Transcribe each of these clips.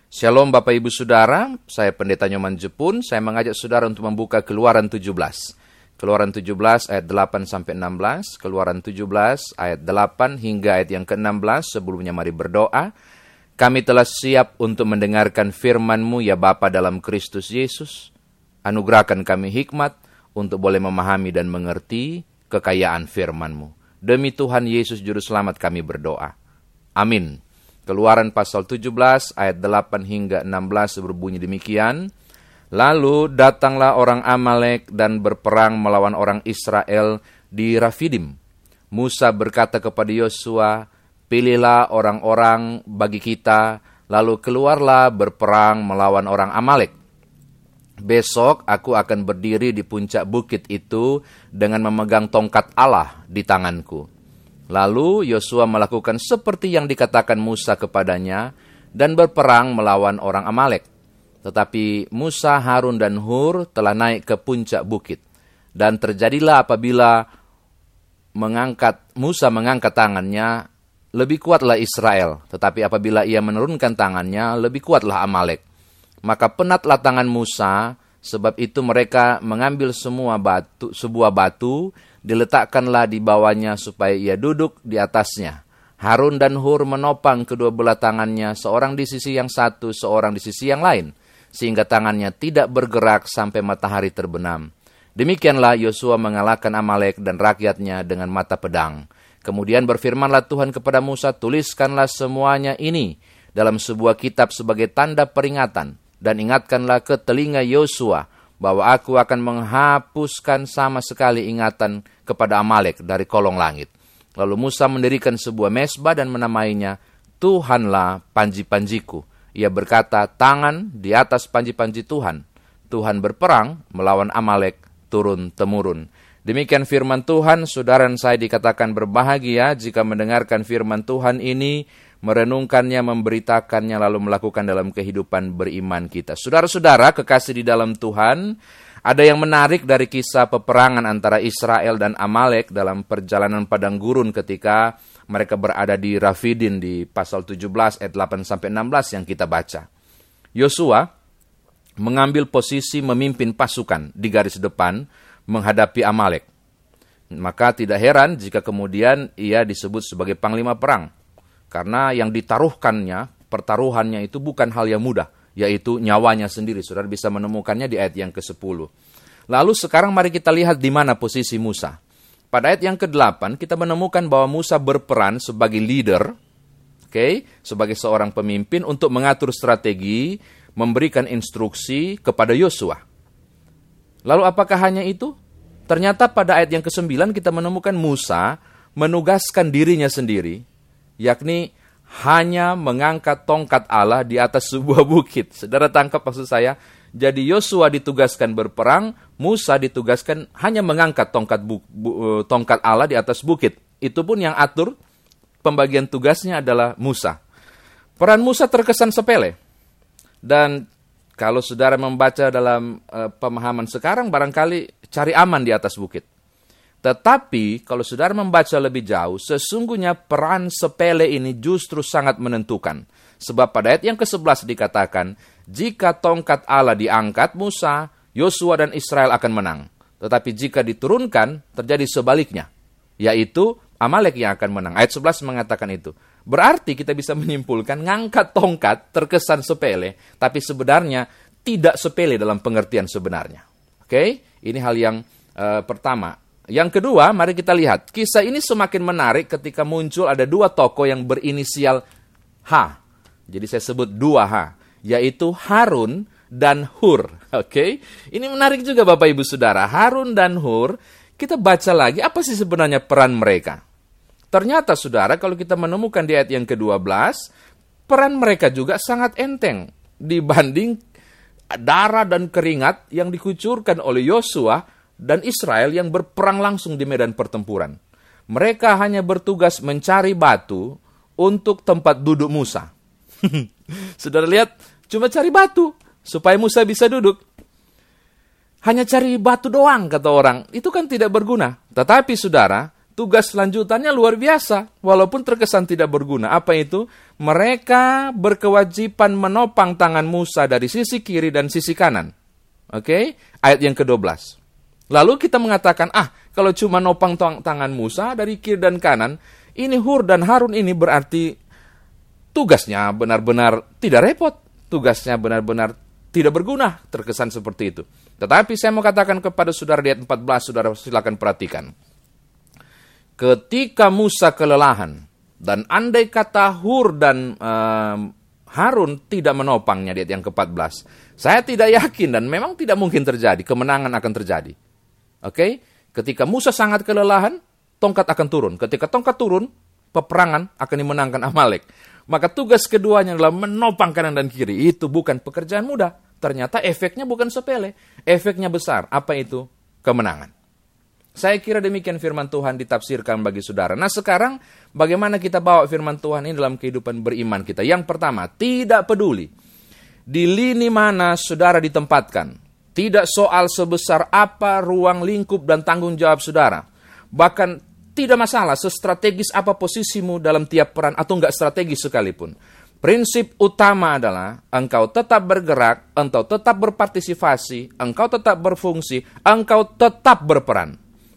Shalom Bapak Ibu Saudara, saya Pendeta Nyoman Jepun, saya mengajak saudara untuk membuka Keluaran 17. Keluaran 17 ayat 8-16, Keluaran 17 ayat 8 hingga ayat yang ke-16, sebelumnya mari berdoa. Kami telah siap untuk mendengarkan firman-Mu ya Bapa dalam Kristus Yesus. Anugerahkan kami hikmat untuk boleh memahami dan mengerti kekayaan firman-Mu. Demi Tuhan Yesus Juru Selamat kami berdoa. Amin. Keluaran pasal 17 ayat 8 hingga 16 berbunyi demikian. Lalu datanglah orang Amalek dan berperang melawan orang Israel di Rafidim. Musa berkata kepada Yosua, pilihlah orang-orang bagi kita, lalu keluarlah berperang melawan orang Amalek. Besok aku akan berdiri di puncak bukit itu dengan memegang tongkat Allah di tanganku. Lalu Yosua melakukan seperti yang dikatakan Musa kepadanya dan berperang melawan orang Amalek. Tetapi Musa, Harun, dan Hur telah naik ke puncak bukit. Dan terjadilah apabila Musa mengangkat tangannya, lebih kuatlah Israel. Tetapi apabila ia menurunkan tangannya, lebih kuatlah Amalek. Maka penatlah tangan Musa, sebab itu mereka mengambil sebuah batu, diletakkanlah di bawahnya supaya ia duduk di atasnya. Harun dan Hur menopang kedua belah tangannya, seorang di sisi yang satu, seorang di sisi yang lain, sehingga tangannya tidak bergerak sampai matahari terbenam. Demikianlah Yosua mengalahkan Amalek dan rakyatnya dengan mata pedang. Kemudian berfirmanlah Tuhan kepada Musa, tuliskanlah semuanya ini dalam sebuah kitab sebagai tanda peringatan, dan ingatkanlah ke telinga Yosua bahwa aku akan menghapuskan sama sekali ingatan kepada Amalek dari kolong langit. Lalu Musa mendirikan sebuah mezbah dan menamainya Tuhanlah panji-panjiku. Ia berkata, tangan di atas panji-panji Tuhan. Tuhan berperang melawan Amalek turun-temurun. Demikian firman Tuhan, saudara dan saya dikatakan berbahagia jika mendengarkan firman Tuhan ini, merenungkannya, memberitakannya, lalu melakukan dalam kehidupan beriman kita. Saudara-saudara, kekasih di dalam Tuhan, ada yang menarik dari kisah peperangan antara Israel dan Amalek dalam perjalanan padang gurun ketika mereka berada di Rafidim di pasal 17 ayat 8-16 yang kita baca. Yosua mengambil posisi memimpin pasukan di garis depan menghadapi Amalek. Maka tidak heran jika kemudian ia disebut sebagai panglima perang. Karena yang ditaruhkannya, pertaruhannya itu bukan hal yang mudah, yaitu nyawanya sendiri. Saudara bisa menemukannya di ayat yang ke-10. Lalu sekarang mari kita lihat di mana posisi Musa. Pada ayat yang ke-8 kita menemukan bahwa Musa berperan sebagai leader, sebagai seorang pemimpin untuk mengatur strategi, memberikan instruksi kepada Yosua. Lalu apakah hanya itu? Ternyata pada ayat yang ke-9 kita menemukan Musa menugaskan dirinya sendiri, yakni hanya mengangkat tongkat Allah di atas sebuah bukit. Saudara tangkap maksud saya? Jadi Yosua ditugaskan berperang, Musa ditugaskan hanya mengangkat tongkat Allah di atas bukit. Itu pun yang atur pembagian tugasnya adalah Musa. Peran Musa terkesan sepele. Dan kalau saudara membaca dalam pemahaman sekarang, barangkali cari aman di atas bukit. Tetapi kalau saudara membaca lebih jauh, sesungguhnya peran sepele ini justru sangat menentukan. Sebab pada ayat yang ke-11 dikatakan, jika tongkat Allah diangkat Musa, Yosua dan Israel akan menang. Tetapi jika diturunkan, terjadi sebaliknya, yaitu Amalek yang akan menang. Ayat 11 mengatakan itu. Berarti kita bisa menyimpulkan, ngangkat tongkat terkesan sepele, tapi sebenarnya tidak sepele dalam pengertian sebenarnya. Ini hal yang pertama. Yang kedua, mari kita lihat. Kisah ini semakin menarik ketika muncul ada dua tokoh yang berinisial H. Jadi saya sebut 2H, yaitu Harun dan Hur. Ini menarik juga Bapak Ibu Saudara. Harun dan Hur, kita baca lagi apa sih sebenarnya peran mereka. Ternyata saudara, kalau kita menemukan di ayat yang ke-12, peran mereka juga sangat enteng dibanding darah dan keringat yang dikucurkan oleh Yosua dan Israel yang berperang langsung di medan pertempuran. Mereka hanya bertugas mencari batu untuk tempat duduk Musa. Saudara lihat, cuma cari batu supaya Musa bisa duduk. Hanya cari batu doang, kata orang. Itu kan tidak berguna. Tetapi saudara, tugas lanjutannya luar biasa, walaupun terkesan tidak berguna. Apa itu? Mereka berkewajiban menopang tangan Musa dari sisi kiri dan sisi kanan. Oke? Ayat yang ke-12. Lalu kita mengatakan, kalau cuma nopang tangan Musa dari kiri dan kanan, ini Hur dan Harun ini berarti tugasnya benar-benar tidak repot. Tugasnya benar-benar tidak berguna, terkesan seperti itu. Tetapi saya mau katakan kepada saudara di ayat 14, saudara silakan perhatikan. Ketika Musa kelelahan, dan andai kata Hur dan Harun tidak menopangnya di ayat yang ke-14, saya tidak yakin dan memang tidak mungkin terjadi, kemenangan akan terjadi. Oke? Ketika Musa sangat kelelahan, tongkat akan turun. Ketika tongkat turun, peperangan akan dimenangkan Amalek. Maka tugas keduanya adalah menopang kanan dan kiri. Itu bukan pekerjaan mudah. Ternyata efeknya bukan sepele. Efeknya besar. Apa itu? Kemenangan. Saya kira demikian firman Tuhan ditafsirkan bagi saudara. Nah sekarang bagaimana kita bawa firman Tuhan ini dalam kehidupan beriman kita? Yang pertama, tidak peduli di lini mana saudara ditempatkan. Tidak soal sebesar apa ruang lingkup dan tanggung jawab saudara. Bahkan tidak masalah sestrategis apa posisimu dalam tiap peran atau enggak strategis sekalipun. Prinsip utama adalah engkau tetap bergerak, engkau tetap berpartisipasi, engkau tetap berfungsi, engkau tetap berperan.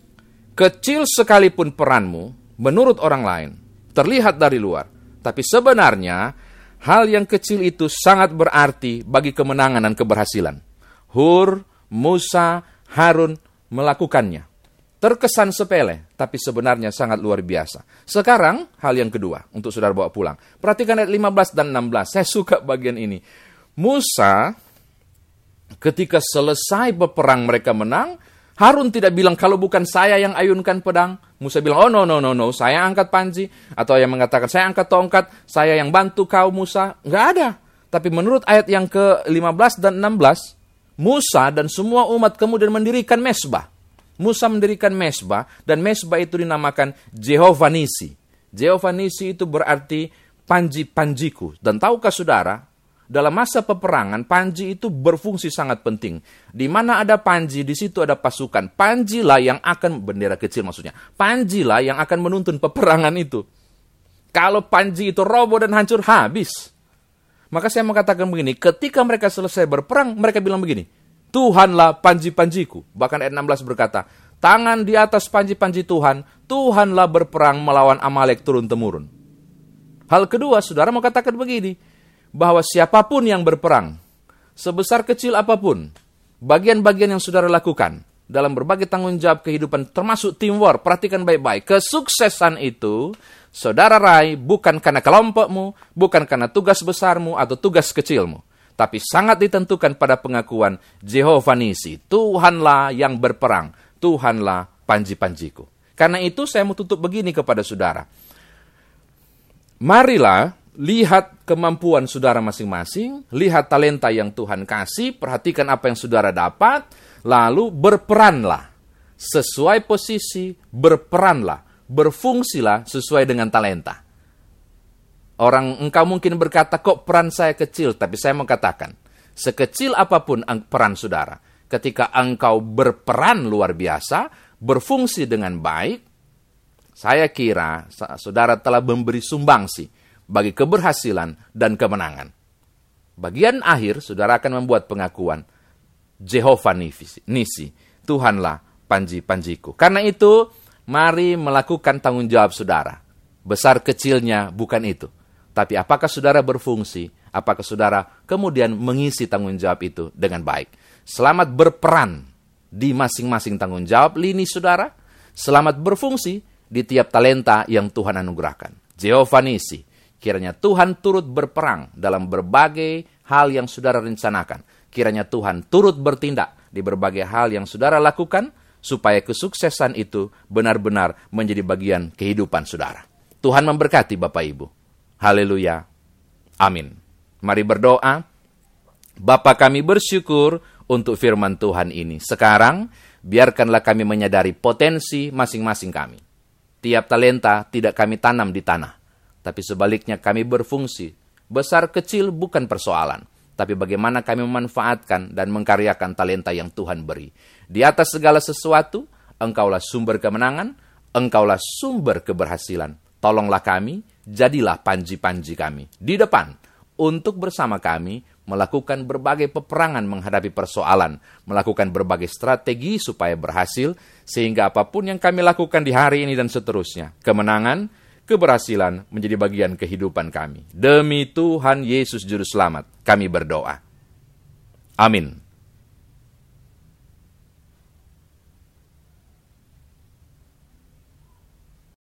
Kecil sekalipun peranmu menurut orang lain, terlihat dari luar. Tapi sebenarnya hal yang kecil itu sangat berarti bagi kemenangan dan keberhasilan. Hur, Musa, Harun melakukannya. Terkesan sepele, tapi sebenarnya sangat luar biasa. Sekarang, hal yang kedua untuk saudara bawa pulang. Perhatikan ayat 15 dan 16. Saya suka bagian ini. Musa, ketika selesai berperang mereka menang, Harun tidak bilang, kalau bukan saya yang ayunkan pedang. Musa bilang, oh no, saya angkat panji. Atau yang mengatakan, saya angkat tongkat, saya yang bantu kau Musa. Nggak ada. Tapi menurut ayat yang ke-15 dan 16, Musa dan semua umat kemudian mendirikan mesbah. Musa mendirikan mesbah, dan mesbah itu dinamakan Jehovah Nisi. Jehovah Nisi itu berarti panji-panjiku. Dan tahukah saudara, dalam masa peperangan, panji itu berfungsi sangat penting. Di mana ada panji, di situ ada pasukan. Panjilah yang akan, bendera kecil maksudnya, panjilah yang akan menuntun peperangan itu. Kalau panji itu roboh dan hancur, habis. Maka saya mau katakan begini, ketika mereka selesai berperang, mereka bilang begini, Tuhanlah panji-panjiku. Bahkan ayat 16 berkata, tangan di atas panji-panji Tuhan, Tuhanlah berperang melawan Amalek turun-temurun. Hal kedua, saudara mau katakan begini, bahwa siapapun yang berperang, sebesar kecil apapun, bagian-bagian yang saudara lakukan, dalam berbagai tanggung jawab kehidupan, termasuk teamwork, perhatikan baik-baik, kesuksesan itu, saudara raih bukan karena kelompokmu, bukan karena tugas besarmu atau tugas kecilmu, tapi sangat ditentukan pada pengakuan Jehovah Nisi, Tuhanlah yang berperang, Tuhanlah panji-panjiku. Karena itu saya mau tutup begini kepada saudara. Marilah lihat kemampuan saudara masing-masing, lihat talenta yang Tuhan kasih, perhatikan apa yang saudara dapat, lalu berperanlah sesuai posisi, berperanlah, berfungsilah sesuai dengan talenta. Engkau mungkin berkata, kok peran saya kecil? Tapi saya mau katakan, sekecil apapun peran saudara, ketika engkau berperan luar biasa, berfungsi dengan baik, saya kira saudara telah memberi sumbangsi bagi keberhasilan dan kemenangan. Bagian akhir, saudara akan membuat pengakuan, Jehovah Nisi, Tuhanlah panji-panjiku. Karena itu, mari melakukan tanggung jawab saudara. Besar kecilnya bukan itu. Tapi apakah saudara berfungsi? Apakah saudara kemudian mengisi tanggung jawab itu dengan baik? Selamat berperan di masing-masing tanggung jawab lini saudara. Selamat berfungsi di tiap talenta yang Tuhan anugerahkan. Jehovah Nisi, kiranya Tuhan turut berperang dalam berbagai hal yang saudara rencanakan. Kiranya Tuhan turut bertindak di berbagai hal yang saudara lakukan, supaya kesuksesan itu benar-benar menjadi bagian kehidupan saudara. Tuhan memberkati Bapak Ibu. Haleluya. Amin. Mari berdoa. Bapa kami bersyukur untuk firman Tuhan ini. Sekarang, biarkanlah kami menyadari potensi masing-masing kami. Tiap talenta tidak kami tanam di tanah, tapi sebaliknya kami berfungsi. Besar kecil bukan persoalan, tapi bagaimana kami memanfaatkan dan mengkaryakan talenta yang Tuhan beri. Di atas segala sesuatu, Engkaulah sumber kemenangan, Engkaulah sumber keberhasilan. Tolonglah kami, jadilah panji-panji kami di depan untuk bersama kami melakukan berbagai peperangan menghadapi persoalan, melakukan berbagai strategi supaya berhasil, sehingga apapun yang kami lakukan di hari ini dan seterusnya, kemenangan, keberhasilan menjadi bagian kehidupan kami. Demi Tuhan Yesus Juru Selamat, kami berdoa. Amin.